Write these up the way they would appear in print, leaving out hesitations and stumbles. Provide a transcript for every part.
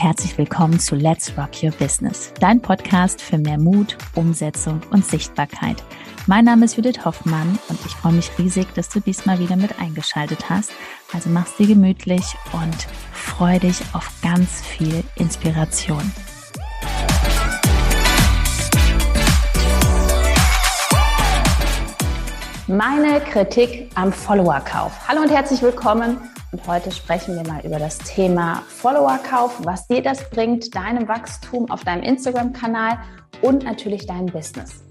herzlich willkommen zu Let's Rock Your Business, dein Podcast für mehr Mut, Umsetzung und Sichtbarkeit. Mein Name ist Judith Hoffmann und ich freue mich riesig, dass du diesmal wieder mit eingeschaltet hast. Also mach's dir gemütlich und freu dich auf ganz viel Inspiration. Meine Kritik am Followerkauf. Hallo und herzlich willkommen. Und heute sprechen wir mal über das Thema Followerkauf, was dir das bringt, deinem Wachstum auf deinem Instagram-Kanal und natürlich deinem Business.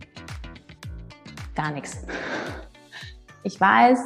Gar nichts. Ich weiß,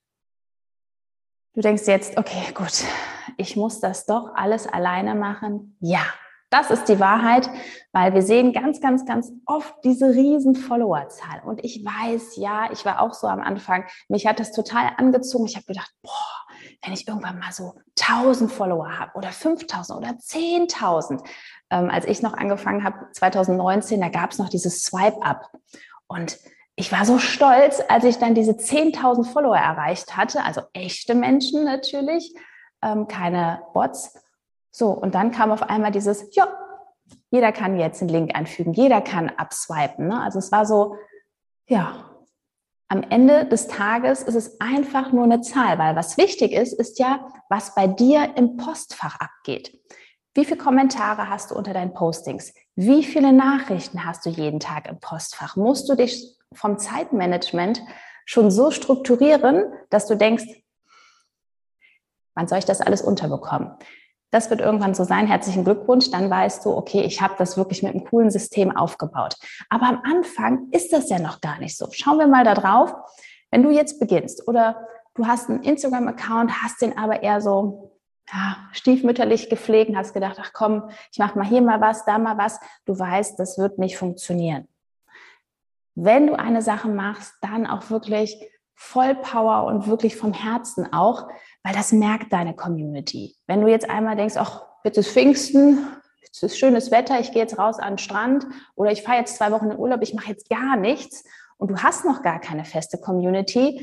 du denkst jetzt, okay, gut, ich muss das doch alles alleine machen. Ja, das ist die Wahrheit, weil wir sehen ganz oft diese riesen Followerzahl. Und ich weiß, ja, ich war auch so am Anfang, mich hat das total angezogen. Ich habe gedacht, wenn ich irgendwann mal so 1000 Follower habe oder 5000 oder 10.000. Als ich noch angefangen habe, 2019, da gab es noch dieses Swipe-Up. Und ich war so stolz, als ich dann diese 10.000 Follower erreicht hatte, also echte Menschen natürlich, keine Bots. So, und dann kam auf einmal dieses, ja, jeder kann jetzt einen Link einfügen, jeder kann abswipen. Ne? Also es war so, ja, am Ende des Tages ist es einfach nur eine Zahl, weil was wichtig ist, ist ja, was bei dir im Postfach abgeht. Wie viele Kommentare hast du unter deinen Postings? Wie viele Nachrichten hast du jeden Tag im Postfach? Musst du dich vom Zeitmanagement schon so strukturieren, dass du denkst, wann soll ich das alles unterbekommen? Das wird irgendwann so sein. Herzlichen Glückwunsch. Dann weißt du, okay, ich habe das wirklich mit einem coolen System aufgebaut. Aber am Anfang ist das ja noch gar nicht so. Schauen wir mal da drauf. Wenn du jetzt beginnst oder du hast einen Instagram-Account, hast den aber eher so stiefmütterlich gepflegt, hast gedacht, ach komm, ich mache mal hier mal was, da mal was. Du weißt, das wird nicht funktionieren. Wenn du eine Sache machst, dann auch wirklich voll Power und wirklich vom Herzen auch, weil das merkt deine Community. Wenn du jetzt einmal denkst, ach, jetzt ist Pfingsten, jetzt ist schönes Wetter, ich gehe jetzt raus an den Strand oder ich fahre jetzt 2 Wochen in Urlaub, ich mache jetzt gar nichts und du hast noch gar keine feste Community,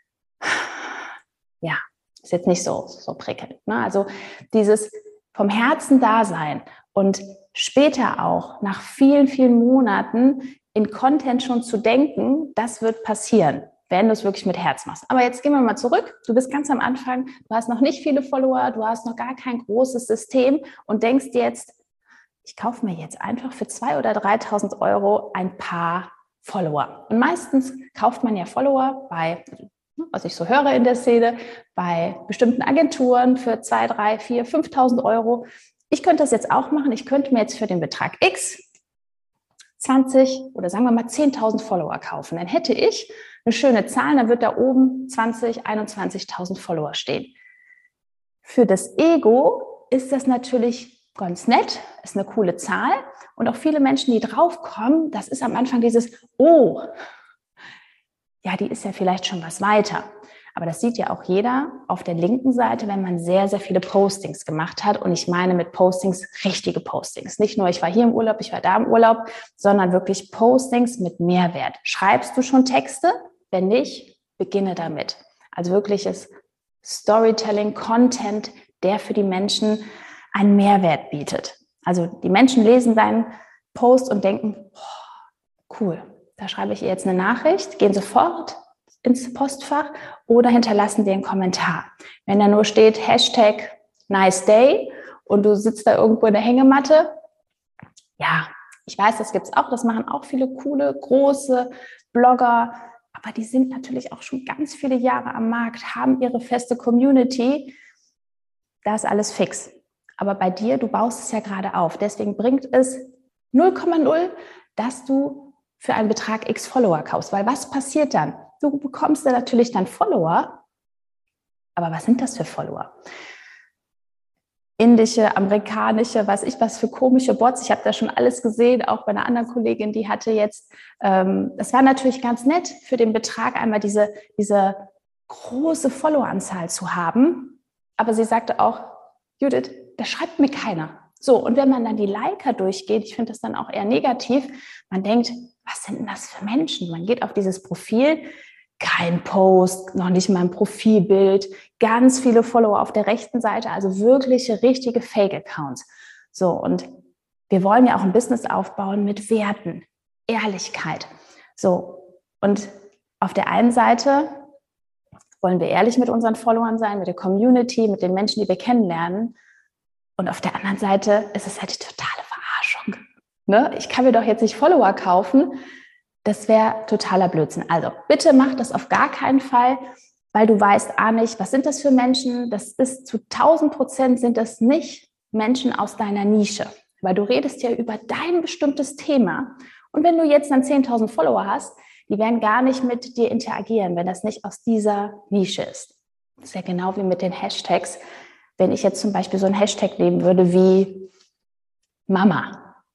ja, ist jetzt nicht so prickelnd. Ne? Also dieses vom Herzen da sein und später auch nach vielen Monaten in Content schon zu denken, das wird passieren, wenn du es wirklich mit Herz machst. Aber jetzt gehen wir mal zurück. Du bist ganz am Anfang, du hast noch nicht viele Follower, du hast noch gar kein großes System und denkst jetzt, ich kaufe mir jetzt einfach für 2.000 oder 3.000 Euro ein paar Follower. Und meistens kauft man ja Follower bei, was ich so höre in der Szene, bei bestimmten Agenturen für 2.000, 3.000, 4.000, 5.000 Euro. Ich könnte das jetzt auch machen. Ich könnte mir jetzt für den Betrag X 20 oder sagen wir mal 10.000 Follower kaufen. Dann hätte ich eine schöne Zahl, dann wird da oben 20.000, 21.000 Follower stehen. Für das Ego ist das natürlich ganz nett, ist eine coole Zahl und auch viele Menschen, die draufkommen, das ist am Anfang dieses, oh, ja, die ist ja vielleicht schon was weiter. Aber das sieht ja auch jeder auf der linken Seite, wenn man sehr viele Postings gemacht hat. Und ich meine mit Postings richtige Postings. Nicht nur, ich war hier im Urlaub, ich war da im Urlaub, sondern wirklich Postings mit Mehrwert. Schreibst du schon Texte? Wenn nicht, beginne damit. Also wirkliches Storytelling, Content, der für die Menschen einen Mehrwert bietet. Also die Menschen lesen deinen Post und denken, cool, da schreibe ich ihr jetzt eine Nachricht, gehen sofort ins Postfach oder hinterlassen dir einen Kommentar. Wenn da nur steht #NiceDay und du sitzt da irgendwo in der Hängematte, ja, ich weiß, das gibt's auch, das machen auch viele coole, große Blogger, aber die sind natürlich auch schon ganz viele Jahre am Markt, haben ihre feste Community, da ist alles fix. Aber bei dir, du baust es ja gerade auf, deswegen bringt es 0,0, dass du für einen Betrag X Follower kaufst, weil was passiert dann? Du bekommst ja natürlich dann Follower, aber was sind das für Follower? Indische, amerikanische, weiß ich was für komische Bots. Ich habe da schon alles gesehen, auch bei einer anderen Kollegin, die hatte jetzt, das war natürlich ganz nett für den Betrag, einmal diese große Followeranzahl zu haben. Aber sie sagte auch, Judith, da schreibt mir keiner. So, und wenn man dann die Liker durchgeht, ich finde das dann auch eher negativ, man denkt, was sind denn das für Menschen? Man geht auf dieses Profil, kein Post, noch nicht mal ein Profilbild, ganz viele Follower auf der rechten Seite, also wirkliche, richtige Fake-Accounts. So, und wir wollen ja auch ein Business aufbauen mit Werten, Ehrlichkeit. So, und auf der einen Seite wollen wir ehrlich mit unseren Followern sein, mit der Community, mit den Menschen, die wir kennenlernen. Und auf der anderen Seite ist es halt die totale Verarschung. Ne? Ich kann mir doch jetzt nicht Follower kaufen. Das wäre totaler Blödsinn. Also bitte mach das auf gar keinen Fall, weil du weißt nicht, was sind das für Menschen? Das ist zu 1000% sind das nicht Menschen aus deiner Nische, weil du redest ja über dein bestimmtes Thema. Und wenn du jetzt dann 10.000 Follower hast, die werden gar nicht mit dir interagieren, wenn das nicht aus dieser Nische ist. Das ist ja genau wie mit den Hashtags. Wenn ich jetzt zum Beispiel so einen Hashtag nehmen würde wie Mama,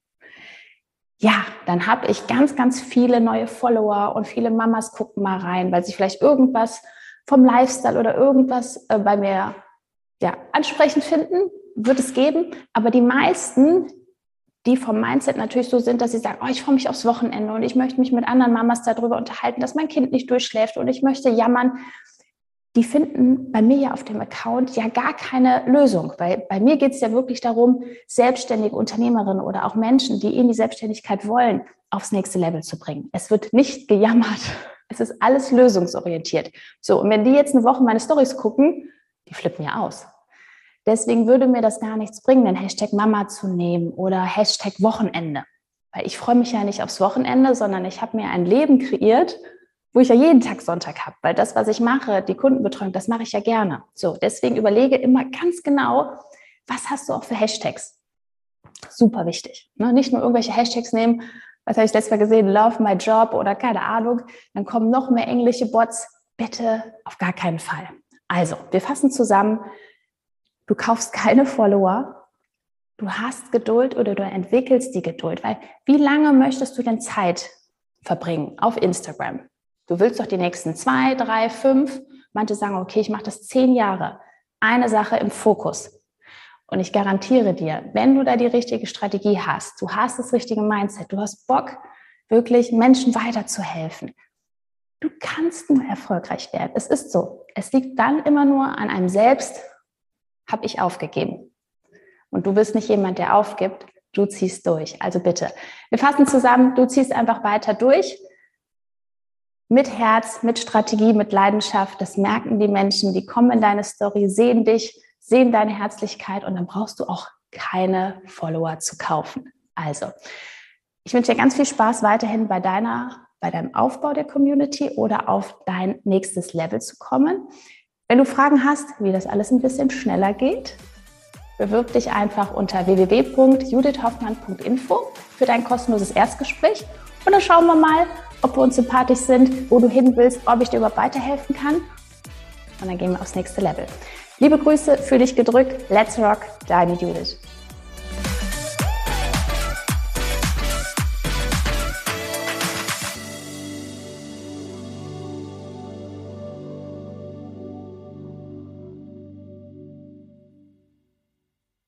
ja, dann habe ich ganz, ganz viele neue Follower und viele Mamas gucken mal rein, weil sie vielleicht irgendwas vom Lifestyle oder irgendwas bei mir ansprechend finden, wird es geben. Aber die meisten, die vom Mindset natürlich so sind, dass sie sagen, ich freue mich aufs Wochenende und ich möchte mich mit anderen Mamas darüber unterhalten, dass mein Kind nicht durchschläft und ich möchte jammern, die finden bei mir ja auf dem Account ja gar keine Lösung, weil bei mir geht es ja wirklich darum, selbstständige Unternehmerinnen oder auch Menschen, die in die Selbstständigkeit wollen, aufs nächste Level zu bringen. Es wird nicht gejammert, es ist alles lösungsorientiert. So, und wenn die jetzt eine Woche meine Storys gucken, die flippen ja aus. Deswegen würde mir das gar nichts bringen, den Hashtag Mama zu nehmen oder Hashtag Wochenende. Weil ich freue mich ja nicht aufs Wochenende, sondern ich habe mir ein Leben kreiert, wo ich ja jeden Tag Sonntag habe, weil das, was ich mache, die Kundenbetreuung, das mache ich ja gerne. So, deswegen überlege immer ganz genau, was hast du auch für Hashtags? Super wichtig. Ne? Nicht nur irgendwelche Hashtags nehmen, was habe ich letztes Mal gesehen, Love my job oder keine Ahnung, dann kommen noch mehr englische Bots. Bitte auf gar keinen Fall. Also, wir fassen zusammen, du kaufst keine Follower, du hast Geduld oder du entwickelst die Geduld, weil wie lange möchtest du denn Zeit verbringen auf Instagram? Du willst doch die nächsten 2, 3, 5, manche sagen, okay, ich mache das 10 Jahre, eine Sache im Fokus. Und ich garantiere dir, wenn du da die richtige Strategie hast, du hast das richtige Mindset, du hast Bock, wirklich Menschen weiterzuhelfen, du kannst nur erfolgreich werden. Es ist so. Es liegt dann immer nur an einem selbst, habe ich aufgegeben. Und du bist nicht jemand, der aufgibt, du ziehst durch. Also bitte, wir fassen zusammen, du ziehst einfach weiter durch. Mit Herz, mit Strategie, mit Leidenschaft, das merken die Menschen, die kommen in deine Story, sehen dich, sehen deine Herzlichkeit und dann brauchst du auch keine Follower zu kaufen. Also, ich wünsche dir ganz viel Spaß weiterhin bei deinem Aufbau der Community oder auf dein nächstes Level zu kommen. Wenn du Fragen hast, wie das alles ein bisschen schneller geht, bewirb dich einfach unter www.judithhoffmann.info für dein kostenloses Erstgespräch und dann schauen wir mal, ob wir uns sympathisch sind, wo du hin willst, ob ich dir überhaupt weiterhelfen kann. Und dann gehen wir aufs nächste Level. Liebe Grüße, fühl dich gedrückt. Let's rock, deine Judith.